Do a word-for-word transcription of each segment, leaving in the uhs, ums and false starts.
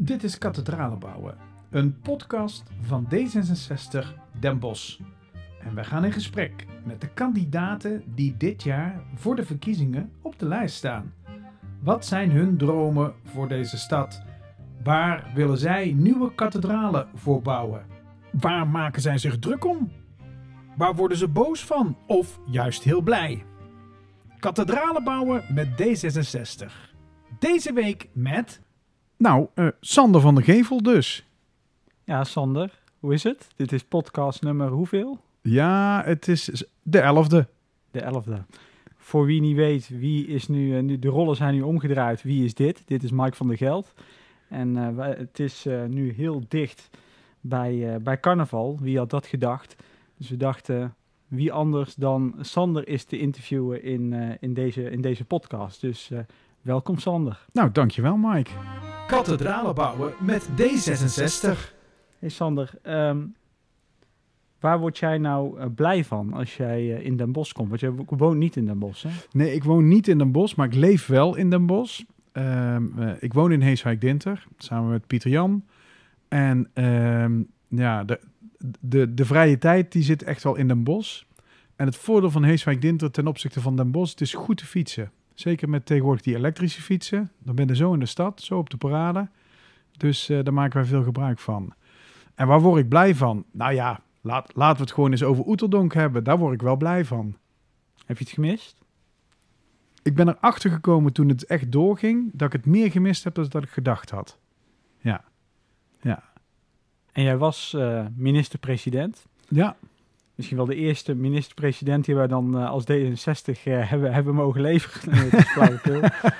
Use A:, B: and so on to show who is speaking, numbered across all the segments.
A: Dit is Kathedralen bouwen, een podcast van D zesenzestig Den Bosch. En wij gaan in gesprek met de kandidaten die dit jaar voor de verkiezingen op de lijst staan. Wat zijn hun dromen voor deze stad? Waar willen zij nieuwe kathedralen voor bouwen? Waar maken zij zich druk om? Waar worden ze boos van of juist heel blij? Kathedralen bouwen met D zesenzestig. Deze week met... Nou, uh, Sander van der Gevel dus.
B: Ja, Sander, hoe is het? Dit is podcast nummer hoeveel?
A: Ja, het is de elfde.
B: De elfde. Voor wie niet weet, wie is nu, uh, nu... De rollen zijn nu omgedraaid. Wie is dit? Dit is Mike van der Geld. En uh, wij, het is uh, nu heel dicht bij, uh, bij carnaval. Wie had dat gedacht? Dus we dachten, wie anders dan Sander is te interviewen in, uh, in, deze, in deze podcast. Dus uh, welkom Sander.
A: Nou, dankjewel Mike. Kathedralen bouwen met D zesenzestig.
B: Hey Sander, um, waar word jij nou uh, blij van als jij uh, in Den Bosch komt? Want jij woont niet in Den Bosch, hè?
A: Nee, ik woon niet in Den Bosch, maar ik leef wel in Den Bosch. Um, uh, ik woon in Heeswijk-Dinter, samen met Pieter Jan. En um, ja, de, de, de vrije tijd die zit echt wel in Den Bosch. En het voordeel van Heeswijk-Dinter ten opzichte van Den Bosch, het is goed te fietsen. Zeker met tegenwoordig die elektrische fietsen. Dan ben je zo in de stad, zo op de parade. Dus uh, daar maken wij veel gebruik van. En waar word ik blij van? Nou ja, laat, laten we het gewoon eens over Oeteldonk hebben. Daar word ik wel blij van.
B: Heb je het gemist?
A: Ik ben erachter gekomen toen het echt doorging, dat ik het meer gemist heb dan dat ik gedacht had. Ja. Ja.
B: En jij was uh, minister-president?
A: Ja.
B: Misschien wel de eerste minister-president die wij dan uh, als D zesenzestig uh, hebben, hebben mogen leveren. Dat is flauwekul.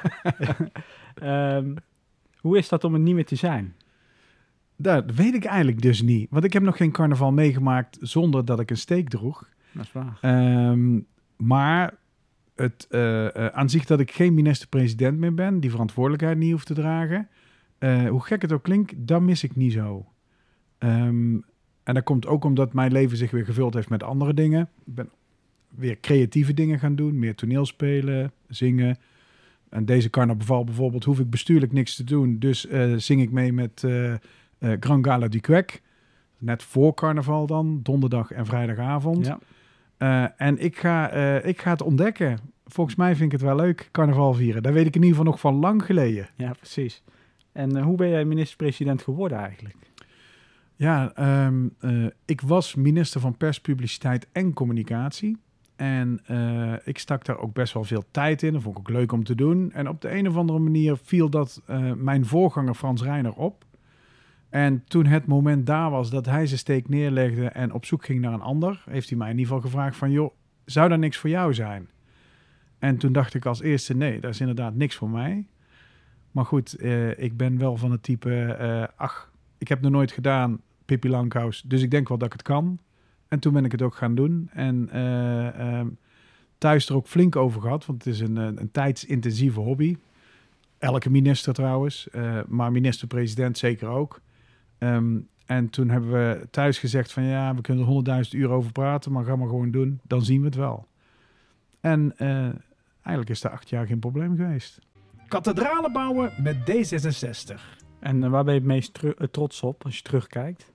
B: um, hoe is dat om het niet meer te zijn?
A: Dat weet ik eigenlijk dus niet. Want ik heb nog geen carnaval meegemaakt zonder dat ik een steek droeg.
B: Dat is waar.
A: Um, maar het, uh, uh, aan zich dat ik geen minister-president meer ben, die verantwoordelijkheid niet hoef te dragen. Uh, hoe gek het ook klinkt, dat mis ik niet zo. Um, en dat komt ook omdat mijn leven zich weer gevuld heeft met andere dingen. Ik ben weer creatieve dingen gaan doen, meer toneelspelen, zingen. En deze carnaval bijvoorbeeld hoef ik bestuurlijk niks te doen. Dus uh, zing ik mee met uh, uh, Grand Gala du Quec. Net voor carnaval dan, donderdag en vrijdagavond.
B: Ja.
A: Uh, en ik ga, uh, ik ga het ontdekken. Volgens mij vind ik het wel leuk, carnaval vieren. Daar weet ik in ieder geval nog van lang geleden.
B: Ja, precies. En uh, hoe ben jij minister-president geworden eigenlijk?
A: Ja, um, uh, ik was minister van Pers, Publiciteit en Communicatie. En uh, ik stak daar ook best wel veel tijd in. Dat vond ik ook leuk om te doen. En op de een of andere manier viel dat uh, mijn voorganger Frans Reiner op. En toen het moment daar was dat hij zijn steek neerlegde en op zoek ging naar een ander, heeft hij mij in ieder geval gevraagd van, joh, zou daar niks voor jou zijn? En toen dacht ik als eerste, nee, dat is inderdaad niks voor mij. Maar goed, uh, ik ben wel van het type, uh, ach, ik heb het nog nooit gedaan, Pippi Langkous, dus ik denk wel dat ik het kan. En toen ben ik het ook gaan doen. En uh, um, thuis er ook flink over gehad, want het is een, een, een tijdsintensieve hobby. Elke minister trouwens, uh, maar minister-president zeker ook. Um, en toen hebben we thuis gezegd van ja, we kunnen er honderdduizend uur over praten, maar ga maar gewoon doen, dan zien we het wel. En uh, eigenlijk is dat acht jaar geen probleem geweest. Kathedralen bouwen met D zesenzestig.
B: En uh, waar ben je het meest tru- uh, trots op als je terugkijkt?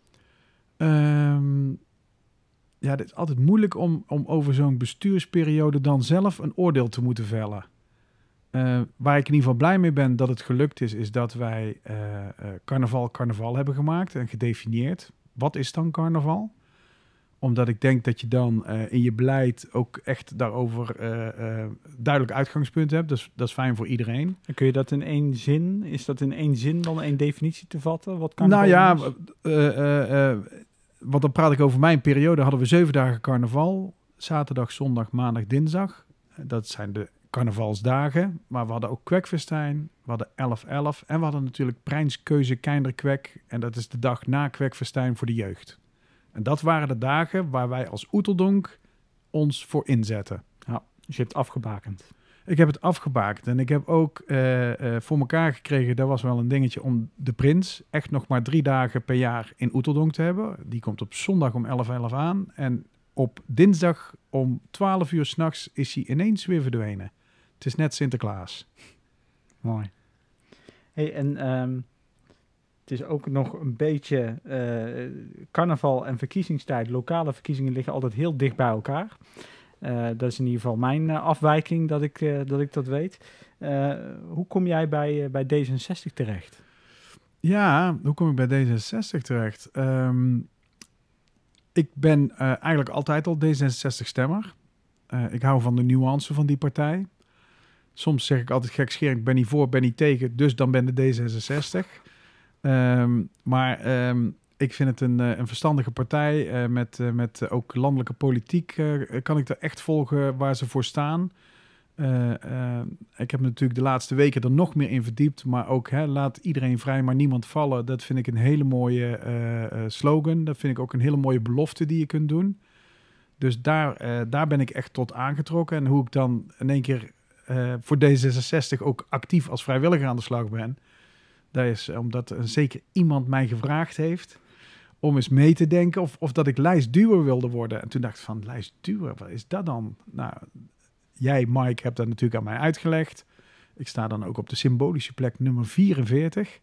A: Um, ja, het is altijd moeilijk om, om over zo'n bestuursperiode dan zelf een oordeel te moeten vellen. Uh, waar ik in ieder geval blij mee ben dat het gelukt is, is dat wij uh, uh, carnaval carnaval hebben gemaakt en gedefinieerd. Wat is dan carnaval? Omdat ik denk dat je dan uh, in je beleid ook echt daarover uh, uh, duidelijk uitgangspunt hebt. Dus dat is fijn voor iedereen.
B: En kun je dat in één zin, is dat in één zin dan één definitie te vatten? Wat carnaval
A: nou ja,
B: is?
A: Uh, uh, uh, want dan praat ik over mijn periode. Hadden we zeven dagen carnaval. Zaterdag, zondag, maandag, dinsdag. Dat zijn de carnavalsdagen. Maar we hadden ook kwekfestijn. We hadden elf elf. En we hadden natuurlijk Prijnskeuze Kinderkwek. En dat is de dag na kwekfestijn voor de jeugd. En dat waren de dagen waar wij als Oeteldonk ons voor inzetten.
B: Ja, dus je hebt afgebakend.
A: Ik heb het afgebakend. En ik heb ook uh, uh, voor elkaar gekregen, dat was wel een dingetje, om de Prins echt nog maar drie dagen per jaar in Oeteldonk te hebben. Die komt op zondag om elf elf aan. En op dinsdag om twaalf uur 's nachts is hij ineens weer verdwenen. Het is net Sinterklaas.
B: Mooi. Hey, en um, het is ook nog een beetje uh, carnaval en verkiezingstijd. Lokale verkiezingen liggen altijd heel dicht bij elkaar. Uh, dat is in ieder geval mijn uh, afwijking, dat ik, uh, dat ik dat weet. Uh, hoe kom jij bij, uh, bij D zesenzestig terecht?
A: Ja, hoe kom ik bij D zesenzestig terecht? Um, ik ben uh, eigenlijk altijd al D zesenzestig-stemmer. Uh, ik hou van de nuance van die partij. Soms zeg ik altijd gekscherend, ik ben niet voor, ben niet tegen, dus dan ben de D zesenzestig. Um, maar um, ik vind het een, een verstandige partij. Uh, met, uh, met ook landelijke politiek uh, kan ik er echt volgen waar ze voor staan. Uh, uh, ik heb natuurlijk de laatste weken er nog meer in verdiept. Maar ook hè, laat iedereen vrij, maar niemand vallen. Dat vind ik een hele mooie uh, uh, slogan. Dat vind ik ook een hele mooie belofte die je kunt doen. Dus daar, uh, daar ben ik echt tot aangetrokken. En hoe ik dan in één keer uh, voor D zesenzestig ook actief als vrijwilliger aan de slag ben. Dat is omdat uh, zeker iemand mij gevraagd heeft om eens mee te denken of, of dat ik lijstduwer wilde worden. En toen dacht ik van, lijstduwer, wat is dat dan? Nou, jij, Mike, hebt dat natuurlijk aan mij uitgelegd. Ik sta dan ook op de symbolische plek nummer vierenveertig.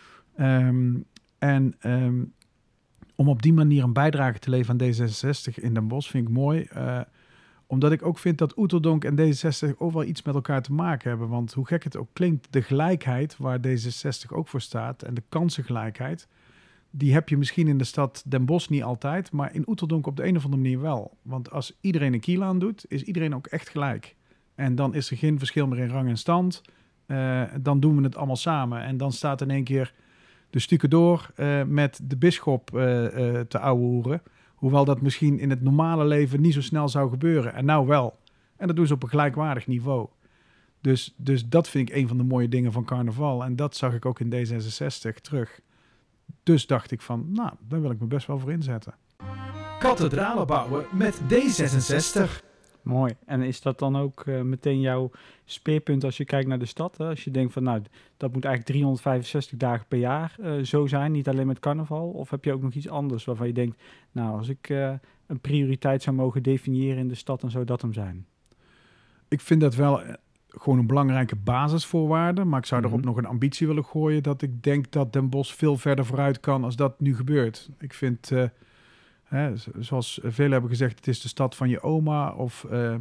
A: Um, en um, om op die manier een bijdrage te leveren aan D zesenzestig in Den Bosch vind ik mooi. Uh, omdat ik ook vind dat Oeteldonk en D zesenzestig ook wel iets met elkaar te maken hebben. Want hoe gek het ook klinkt, de gelijkheid waar D zesenzestig ook voor staat en de kansengelijkheid, die heb je misschien in de stad Den Bosch niet altijd, maar in Oeteldonk op de een of andere manier wel. Want als iedereen een kiel aan doet, is iedereen ook echt gelijk. En dan is er geen verschil meer in rang en stand. Uh, dan doen we het allemaal samen. En dan staat in één keer de stukendoor uh, met de bisschop uh, uh, te ouwehoeren. Hoewel dat misschien in het normale leven niet zo snel zou gebeuren. En nou wel. En dat doen ze op een gelijkwaardig niveau. Dus, dus dat vind ik een van de mooie dingen van carnaval. En dat zag ik ook in D zesenzestig terug. Dus dacht ik van, nou, daar wil ik me best wel voor inzetten.
C: Kathedralen bouwen met D zesenzestig.
B: Mooi. En is dat dan ook uh, meteen jouw speerpunt als je kijkt naar de stad? Hè? Als je denkt van, nou, dat moet eigenlijk driehonderdvijfenzestig dagen per jaar uh, zo zijn, niet alleen met carnaval? Of heb je ook nog iets anders waarvan je denkt, nou, als ik uh, een prioriteit zou mogen definiëren in de stad, dan zou dat hem zijn?
A: Ik vind dat wel uh, gewoon een belangrijke basisvoorwaarde, maar ik zou mm-hmm. erop nog een ambitie willen gooien dat ik denk dat Den Bosch veel verder vooruit kan als dat nu gebeurt. Ik vind... Uh, Hè, zoals velen hebben gezegd, het is de stad van je oma. Of uh,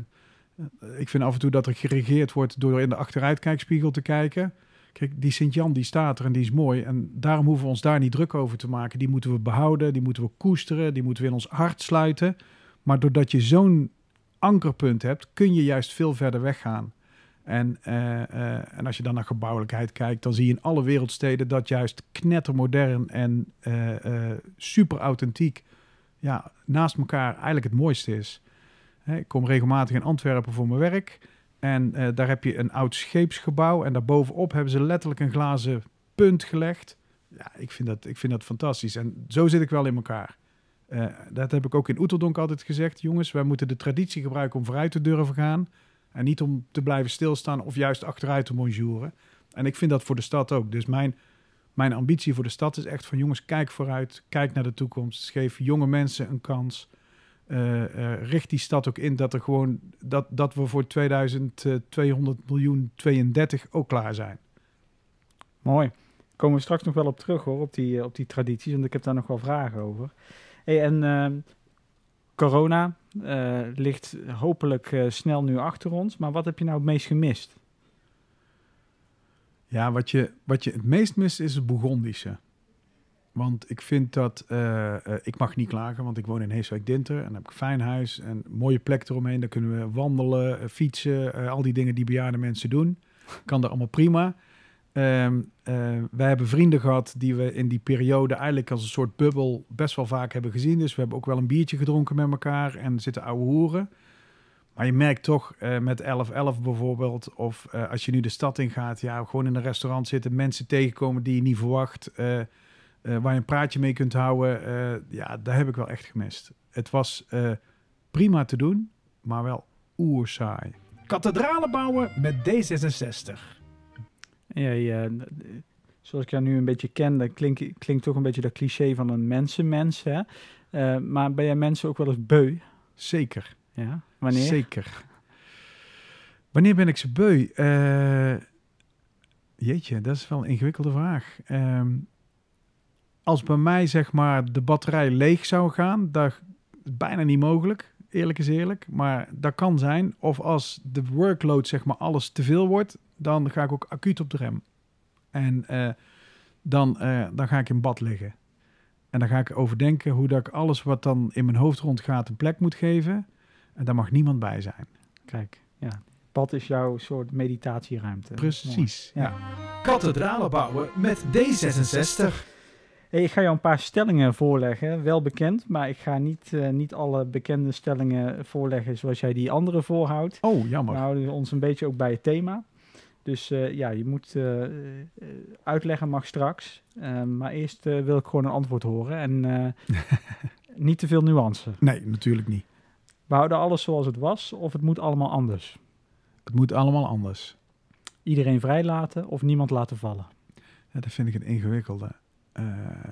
A: ik vind af en toe dat er geregeerd wordt door in de achteruitkijkspiegel te kijken. Kijk, die Sint-Jan die staat er en die is mooi. En daarom hoeven we ons daar niet druk over te maken. Die moeten we behouden, die moeten we koesteren, die moeten we in ons hart sluiten. Maar doordat je zo'n ankerpunt hebt, kun je juist veel verder weggaan. En, uh, uh, en als je dan naar gebouwelijkheid kijkt, dan zie je in alle wereldsteden dat juist knettermodern en uh, uh, super authentiek ja, naast elkaar eigenlijk het mooiste is. He, ik kom regelmatig in Antwerpen voor mijn werk. En uh, daar heb je een oud scheepsgebouw. En daarbovenop hebben ze letterlijk een glazen punt gelegd. Ja, ik vind dat, ik vind dat fantastisch. En zo zit ik wel in elkaar. Uh, dat heb ik ook in Oeteldonk altijd gezegd. Jongens, wij moeten de traditie gebruiken om vooruit te durven gaan. En niet om te blijven stilstaan of juist achteruit te bonjouren. En ik vind dat voor de stad ook. Dus mijn... Mijn ambitie voor de stad is echt van jongens, kijk vooruit, kijk naar de toekomst, geef jonge mensen een kans. Uh, uh, richt die stad ook in dat er gewoon dat, dat we voor tweeduizend miljoen tweeëndertig ook klaar zijn.
B: Mooi. Komen we straks nog wel op terug hoor, op die, op die tradities, want ik heb daar nog wel vragen over. Hey, en uh, corona uh, ligt hopelijk uh, snel nu achter ons, maar wat heb je nou het meest gemist?
A: Ja, wat je, wat je het meest mist is het Bourgondische. Want ik vind dat... Uh, uh, ik mag niet klagen, want ik woon in Heeswijk-Dinter. En dan heb ik een fijn huis en een mooie plek eromheen. Daar kunnen we wandelen, uh, fietsen, uh, al die dingen die bejaarde mensen doen. Kan daar allemaal prima. Um, uh, wij hebben vrienden gehad die we in die periode eigenlijk als een soort bubbel best wel vaak hebben gezien. Dus we hebben ook wel een biertje gedronken met elkaar en zitten ouwe hoeren. Maar je merkt toch uh, met elf elf bijvoorbeeld, of uh, als je nu de stad ingaat, ja, gewoon in een restaurant zitten, mensen tegenkomen die je niet verwacht, uh, uh, waar je een praatje mee kunt houden. Uh, ja, daar heb ik wel echt gemist. Het was uh, prima te doen, maar wel oersaai.
C: Kathedralen bouwen met D zesenzestig.
B: Ja, ja, zoals ik jou nu een beetje ken, dat klinkt, klinkt toch een beetje dat cliché van een mensenmens, hè? Uh, maar ben jij mensen ook wel eens beu?
A: Zeker.
B: Ja, wanneer?
A: Zeker. Wanneer ben ik ze beu? Uh, jeetje, dat is wel een ingewikkelde vraag. Um, als bij mij zeg maar de batterij leeg zou gaan, dat is bijna niet mogelijk, eerlijk is eerlijk. Maar dat kan zijn. Of als de workload zeg maar alles te veel wordt, dan ga ik ook acuut op de rem. En uh, dan, uh, dan ga ik in bad liggen. En dan ga ik overdenken hoe dat ik alles wat dan in mijn hoofd rondgaat een plek moet geven. En daar mag niemand bij zijn.
B: Kijk, ja. Bad is jouw soort meditatieruimte.
A: Precies,
B: ja.
A: ja.
C: Kathedralen bouwen met D zesenzestig.
B: Hey, ik ga jou een paar stellingen voorleggen. Wel bekend, maar ik ga niet, uh, niet alle bekende stellingen voorleggen zoals jij die andere voorhoudt.
A: Oh, jammer.
B: We houden ons een beetje ook bij het thema. Dus uh, ja, je moet uh, uh, uitleggen mag straks. Uh, maar eerst uh, wil ik gewoon een antwoord horen. En uh, niet te veel nuance.
A: Nee, natuurlijk niet.
B: We houden alles zoals het was of het moet allemaal anders?
A: Het moet allemaal anders.
B: Iedereen vrijlaten of niemand laten vallen?
A: Ja, dat vind ik een ingewikkelde. Uh,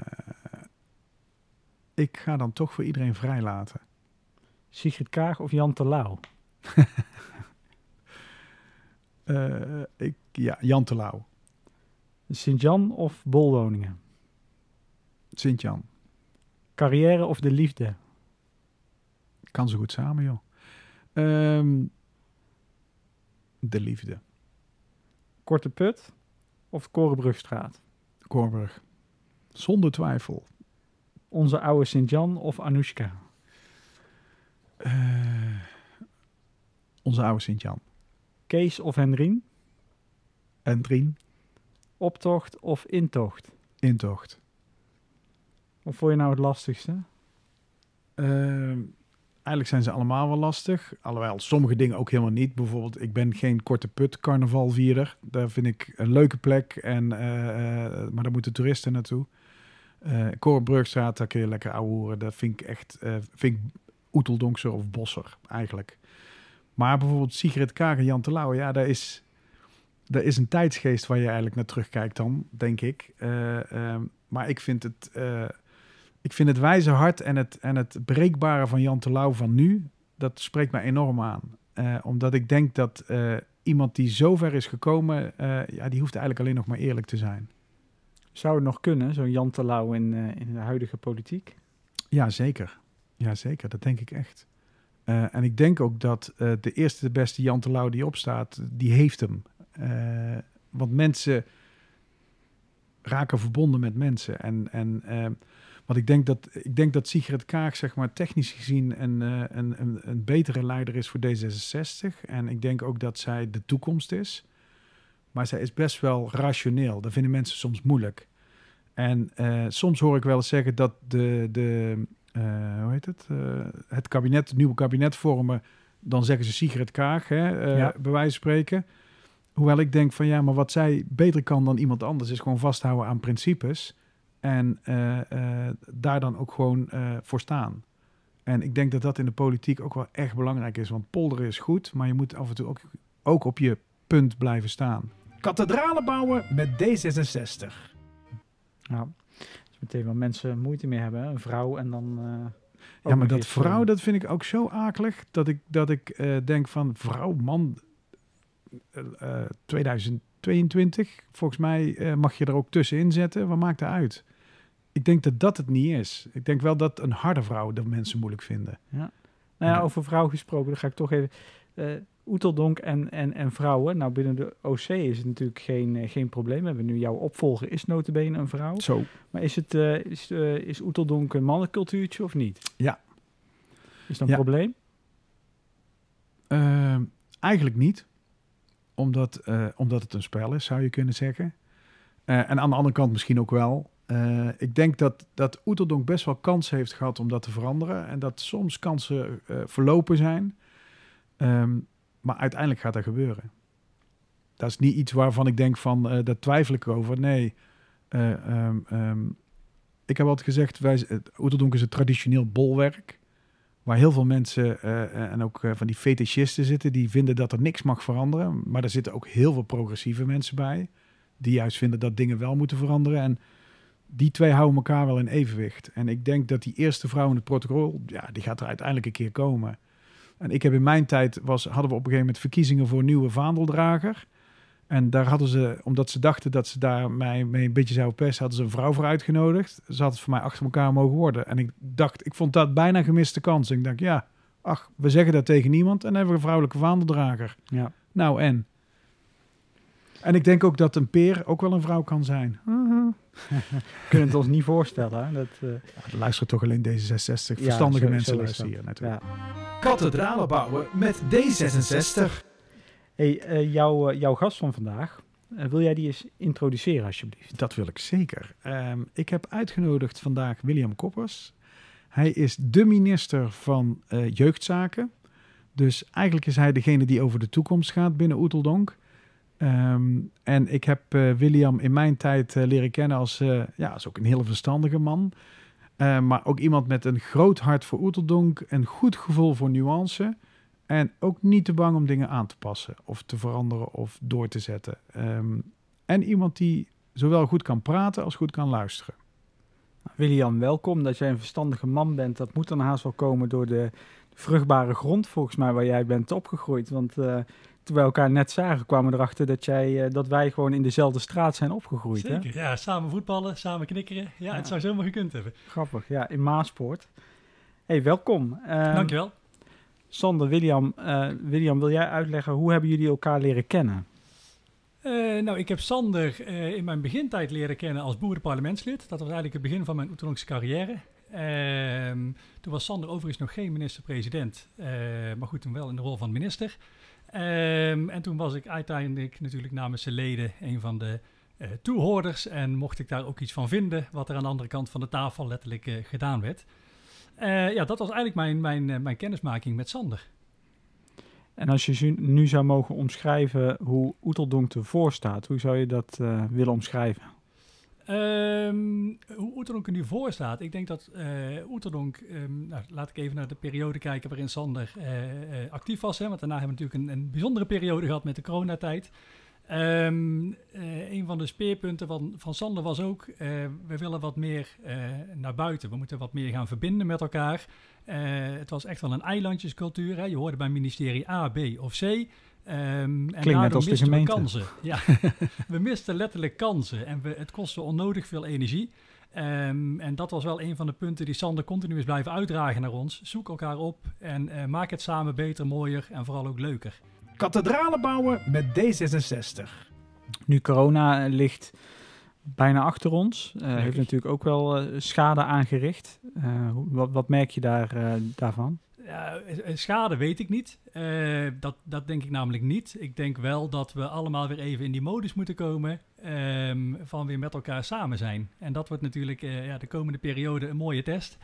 A: ik ga dan toch voor iedereen vrijlaten.
B: Sigrid Kaag of Jan Terlouw?
A: uh, ik, ja, Jan Terlouw.
B: Sint-Jan of bolwoningen?
A: Sint-Jan.
B: Carrière of de liefde?
A: Kan zo goed samen, joh. Um, de liefde.
B: Korte Put of Korenbrugstraat?
A: Korenbrug. Zonder twijfel.
B: Onze oude Sint-Jan of Anoushka?
A: Uh, onze oude Sint-Jan.
B: Kees of Hendrien?
A: Hendrien.
B: Optocht of intocht?
A: Intocht.
B: Wat vond je nou het lastigste?
A: Uh, eigenlijk zijn ze allemaal wel lastig. Alhoewel, sommige dingen ook helemaal niet. Bijvoorbeeld, ik ben geen Korte Put carnavalvierder. Daar vind ik een leuke plek. En, uh, uh, maar daar moeten toeristen naartoe. Uh, Korenbrugstraat, daar kun je lekker ouwehoeren. Dat vind ik echt uh, vind ik Oeteldonkser of Bosser eigenlijk. Maar bijvoorbeeld Sigrid Kaag en Jan Terlouw, ja, daar is, daar is een tijdsgeest waar je eigenlijk naar terugkijkt dan, denk ik. Uh, uh, maar ik vind het... Uh, Ik vind het wijze hart en het, en het breekbare van Jan Terlouw van nu, dat spreekt mij enorm aan. Uh, omdat ik denk dat uh, iemand die zo ver is gekomen, uh, ja, die hoeft eigenlijk alleen nog maar eerlijk te zijn.
B: Zou het nog kunnen, zo'n Jan Terlouw in, uh, in de huidige politiek?
A: Ja, zeker. Ja, zeker. Dat denk ik echt. Uh, en ik denk ook dat uh, de eerste, de beste Jan Terlouw die opstaat, die heeft hem. Uh, want mensen raken verbonden met mensen. En... en uh, Want ik denk dat, ik denk dat Sigrid Kaag, zeg maar, technisch gezien een, een, een, een betere leider is voor D zesenzestig. En ik denk ook dat zij de toekomst is. Maar zij is best wel rationeel. Dat vinden mensen soms moeilijk. En uh, soms hoor ik wel eens zeggen dat de, de uh, hoe heet het, uh, het kabinet, het nieuwe kabinet vormen. Dan zeggen ze Sigrid Kaag, hè, uh, ja. bij wijze van spreken. Hoewel ik denk van ja, maar wat zij beter kan dan iemand anders is gewoon vasthouden aan principes. En uh, uh, daar dan ook gewoon uh, voor staan. En ik denk dat dat in de politiek ook wel echt belangrijk is. Want polderen is goed, maar je moet af en toe ook, ook op je punt blijven staan.
C: Kathedralen bouwen met D zesenzestig.
B: Nou, dat is meteen waar mensen moeite mee hebben. Hè? Een vrouw en dan... Uh,
A: ja, maar dat vrouw, dat vind ik ook zo akelig. Dat ik, dat ik uh, denk van vrouw, man, uh, uh, tweeduizend tweeëntwintig. Volgens mij uh, mag je er ook tussenin zetten. Wat maakt dat uit? Ik denk dat dat het niet is. Ik denk wel dat een harde vrouw dat mensen moeilijk vinden.
B: Ja. Nou ja, over vrouw gesproken, dan ga ik toch even... Uh, Oeteldonk en, en, en vrouwen. Nou, binnen de O C is het natuurlijk geen, uh, geen probleem. We hebben nu jouw opvolger is nota bene een vrouw.
A: Zo.
B: Maar is, het, uh, is, uh, is Oeteldonk een mannencultuurtje of niet?
A: Ja.
B: Is dat een
A: ja.
B: probleem?
A: Uh, eigenlijk niet. Omdat, uh, omdat het een spel is, zou je kunnen zeggen. Uh, en aan de andere kant misschien ook wel. Uh, ik denk dat, dat Oeteldonk best wel kans heeft gehad om dat te veranderen. En dat soms kansen uh, verlopen zijn. Um, maar uiteindelijk gaat dat gebeuren. Dat is niet iets waarvan ik denk van, uh, daar twijfel ik over. Nee, uh, um, um, ik heb altijd gezegd, wij, Oeteldonk is een traditioneel bolwerk. Waar heel veel mensen uh, en ook uh, van die fetischisten zitten. Die vinden dat er niks mag veranderen. Maar er zitten ook heel veel progressieve mensen bij. Die juist vinden dat dingen wel moeten veranderen. En die twee houden elkaar wel in evenwicht. En ik denk dat die eerste vrouw in het protocol, ja, die gaat er uiteindelijk een keer komen. En ik heb in mijn tijd, was, hadden we op een gegeven moment verkiezingen voor een nieuwe vaandeldrager. En daar hadden ze, omdat ze dachten dat ze daar mij mee een beetje zouden pesten, hadden ze een vrouw voor uitgenodigd. Ze had het voor mij achter elkaar mogen worden. En ik dacht, ik vond dat bijna gemiste kans. Ik dacht, ja, ach, we zeggen dat tegen niemand. En dan hebben we een vrouwelijke vaandeldrager.
B: Ja.
A: Nou, en? En ik denk ook dat een peer ook wel een vrouw kan zijn.
B: We kunnen het ons niet voorstellen. Hè? Dat, uh...
A: Ja, er luisteren toch alleen D zesenzestig.
B: Ja,
A: Verstandige
B: zo-
A: mensen
B: zo is
A: luisteren
B: dat.
A: hier natuurlijk.
B: Ja.
C: Kathedralen bouwen met D zesenzestig.
B: Hey, uh, jouw, uh, jouw gast van vandaag, uh, wil jij die eens introduceren alsjeblieft?
A: Dat wil ik zeker. Um, ik heb uitgenodigd vandaag William Koppers. Hij is de minister van uh, Jeugdzaken. Dus eigenlijk is hij degene die over de toekomst gaat binnen Oeteldonk. Um, en ik heb uh, William in mijn tijd uh, leren kennen als, uh, ja, als ook een hele verstandige man. Uh, maar ook iemand met een groot hart voor Oeteldonk, een goed gevoel voor nuance. En ook niet te bang om dingen aan te passen of te veranderen of door te zetten. Um, en iemand die zowel goed kan praten als goed kan luisteren.
B: William, welkom. Dat jij een verstandige man bent, dat moet dan haast wel komen door de vruchtbare grond volgens mij waar jij bent opgegroeid. Want uh, toen wij elkaar net zagen, kwamen we erachter dat, jij, uh, dat wij gewoon in dezelfde straat zijn opgegroeid.
D: Zeker,
B: hè?
D: ja. Samen voetballen, samen knikkeren. Ja,
B: Ja.
D: het zou zomaar gekund hebben.
B: Grappig, ja, in Maaspoort. Hey, welkom. Uh,
D: Dankjewel.
B: Sander, William, uh, William, wil jij uitleggen hoe hebben jullie elkaar leren kennen?
D: Uh, nou, ik heb Sander uh, in mijn begintijd leren kennen als boerenparlementslid. Dat was eigenlijk het begin van mijn Oeteldonkse carrière. Uh, toen was Sander overigens nog geen minister-president. Uh, maar goed, toen wel in de rol van minister. Uh, en toen was ik uiteindelijk natuurlijk namens zijn leden een van de uh, toehoorders. En mocht ik daar ook iets van vinden wat er aan de andere kant van de tafel letterlijk uh, gedaan werd. Uh, ja, dat was eigenlijk mijn, mijn, uh, mijn kennismaking met Sander.
B: En als je nu zou mogen omschrijven hoe Oeteldonk ervoor staat, hoe zou je dat uh, willen omschrijven?
D: Um, hoe Oeteldonk er nu voor staat? Ik denk dat uh, Oeteldonk, um, nou, laat ik even naar de periode kijken waarin Sander uh, uh, actief was. Hè, want daarna hebben we natuurlijk een, een bijzondere periode gehad met de coronatijd. Um, uh, een van de speerpunten van, van Sander was ook, uh, we willen wat meer uh, naar buiten. We moeten wat meer gaan verbinden met elkaar. Uh, het was echt wel een eilandjescultuur. Hè. Je hoorde bij ministerie A, B of C. Um, en
B: Klinkt net als de gemeente.
D: We kansen. Ja, we misten letterlijk kansen en we, het kostte onnodig veel energie. Um, en dat was wel een van de punten die Sander continu is blijven uitdragen naar ons. Zoek elkaar op en uh, maak het samen beter, mooier en vooral ook leuker.
C: Kathedralen bouwen met D zesenzestig.
B: Nu corona ligt bijna achter ons. Uh, heeft natuurlijk ook wel uh, schade aangericht. Uh, wat, wat merk je daar, uh, daarvan?
D: Uh, schade weet ik niet. Uh, dat, dat denk ik namelijk niet. Ik denk wel dat we allemaal weer even in die modus moeten komen um, van weer met elkaar samen zijn. En dat wordt natuurlijk uh, ja, de komende periode een mooie test.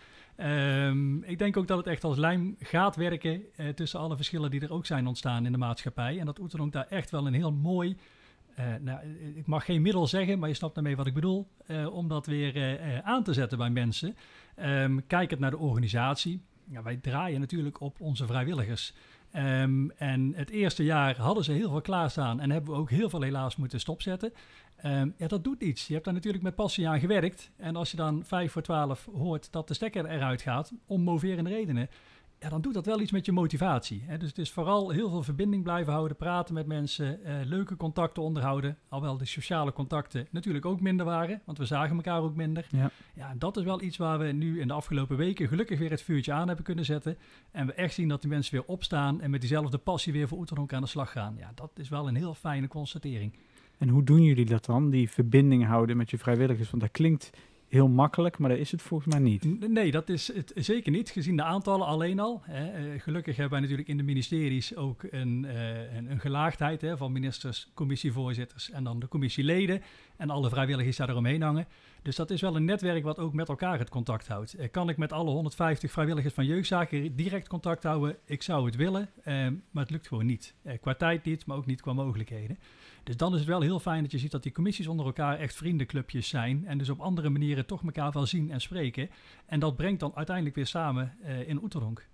D: Um, ik denk ook dat het echt als lijm gaat werken uh, tussen alle verschillen die er ook zijn ontstaan in de maatschappij. En dat Oeteldonk daar echt wel een heel mooi, uh, nou, ik mag geen middel zeggen, maar je snapt daarmee wat ik bedoel, uh, om dat weer uh, uh, aan te zetten bij mensen. Um, kijkend naar de organisatie. Ja, wij draaien natuurlijk op onze vrijwilligers. Um, en het eerste jaar hadden ze heel veel klaarstaan en hebben we ook heel veel helaas moeten stopzetten. Um, ja, dat doet iets. Je hebt daar natuurlijk met passie aan gewerkt. En als je dan vijf voor twaalf hoort dat de stekker eruit gaat, om moverende redenen, ja, dan doet dat wel iets met je motivatie. Hè? Dus het is vooral heel veel verbinding blijven houden, praten met mensen, uh, leuke contacten onderhouden. Alhoewel de sociale contacten natuurlijk ook minder waren, want we zagen elkaar ook minder.
B: Ja.
D: Ja, dat is wel iets waar we nu in de afgelopen weken gelukkig weer het vuurtje aan hebben kunnen zetten. En we echt zien dat die mensen weer opstaan en met diezelfde passie weer voor Oeteldonk aan de slag gaan. Ja, dat is wel een heel fijne constatering.
B: En hoe doen jullie dat dan, die verbinding houden met je vrijwilligers? Want dat klinkt heel makkelijk, maar dat is het volgens mij niet.
D: Nee, dat is het zeker niet, gezien de aantallen alleen al. Hè. Uh, gelukkig hebben wij natuurlijk in de ministeries ook een, uh, een, een gelaagdheid hè, van ministers, commissievoorzitters en dan de commissieleden en alle vrijwilligers daar eromheen hangen. Dus dat is wel een netwerk wat ook met elkaar het contact houdt. Uh, kan ik met alle honderdvijftig vrijwilligers van jeugdzaken direct contact houden? Ik zou het willen, uh, maar het lukt gewoon niet. Uh, qua tijd niet, maar ook niet qua mogelijkheden. Dus dan is het wel heel fijn dat je ziet dat die commissies onder elkaar echt vriendenclubjes zijn. En dus op andere manieren toch elkaar wel zien en spreken. En dat brengt dan uiteindelijk weer samen uh, in Oeteldonk.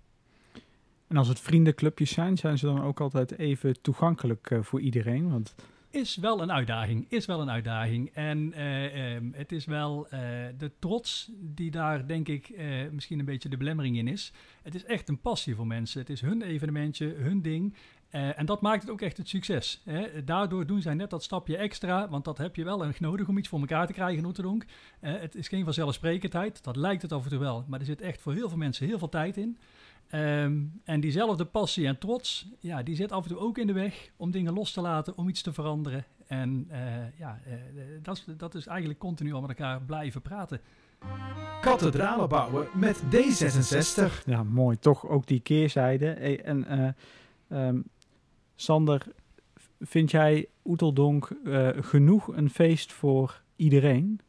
B: En als het vriendenclubjes zijn, zijn ze dan ook altijd even toegankelijk uh, voor iedereen? Want
D: is wel een uitdaging, is wel een uitdaging. En uh, um, het is wel uh, de trots die daar denk ik uh, misschien een beetje de belemmering in is. Het is echt een passie voor mensen. Het is hun evenementje, hun ding. Uh, en dat maakt het ook echt het succes. Hè? Daardoor doen zij net dat stapje extra, want dat heb je wel erg nodig om iets voor elkaar te krijgen in Oeteldonk. Uh, het is geen vanzelfsprekendheid, dat lijkt het af en toe wel, maar er zit echt voor heel veel mensen heel veel tijd in. Um, en diezelfde passie en trots, ja, die zit af en toe ook in de weg om dingen los te laten, om iets te veranderen. En uh, ja, uh, dat, is, dat is eigenlijk continu al met elkaar blijven praten.
C: Kathedralen bouwen met D zesenzestig.
B: Ja, mooi. Toch ook die keerzijde. Hey, en uh, um, Sander, vind jij Oeteldonk uh, genoeg een feest voor iedereen?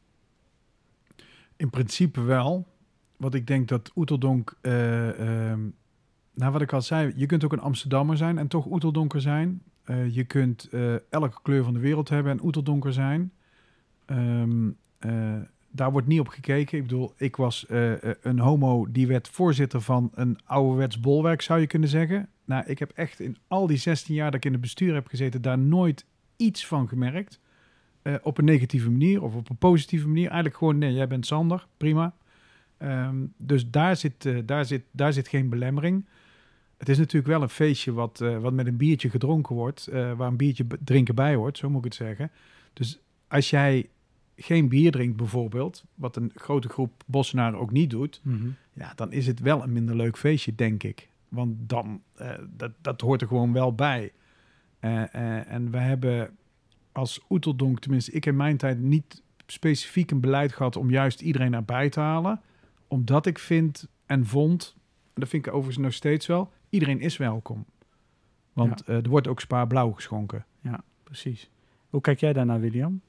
A: In principe wel. Want ik denk dat Oeteldonk, uh, um, nou wat ik al zei, je kunt ook een Amsterdammer zijn en toch Oeteldonker zijn. Uh, je kunt uh, elke kleur van de wereld hebben en Oeteldonker zijn. Um, uh, daar wordt niet op gekeken. Ik bedoel, ik was uh, een homo die werd voorzitter van een ouderwets bolwerk, zou je kunnen zeggen. Nou, ik heb echt in al die zestien jaar dat ik in het bestuur heb gezeten, daar nooit iets van gemerkt. Uh, op een negatieve manier of op een positieve manier. Eigenlijk gewoon, nee, jij bent Sander, prima. Um, dus daar zit, uh, daar, zit, daar zit geen belemmering. Het is natuurlijk wel een feestje wat, uh, wat met een biertje gedronken wordt, uh, waar een biertje b- drinken bij hoort, zo moet ik het zeggen. Dus als jij geen bier drinkt bijvoorbeeld, wat een grote groep Bossenaren ook niet doet,
B: Mm-hmm.
A: ja, dan is het wel een minder leuk feestje, denk ik. Want dan, uh, dat, dat hoort er gewoon wel bij. Uh, uh, en we hebben als Oeteldonk, tenminste ik in mijn tijd, niet specifiek een beleid gehad om juist iedereen erbij te halen. Omdat ik vind en vond, en dat vind ik overigens nog steeds wel, iedereen is welkom. Want
B: Ja.
A: uh, er wordt ook Spa Blauw geschonken.
B: Ja, precies. Hoe kijk jij daarnaar, William?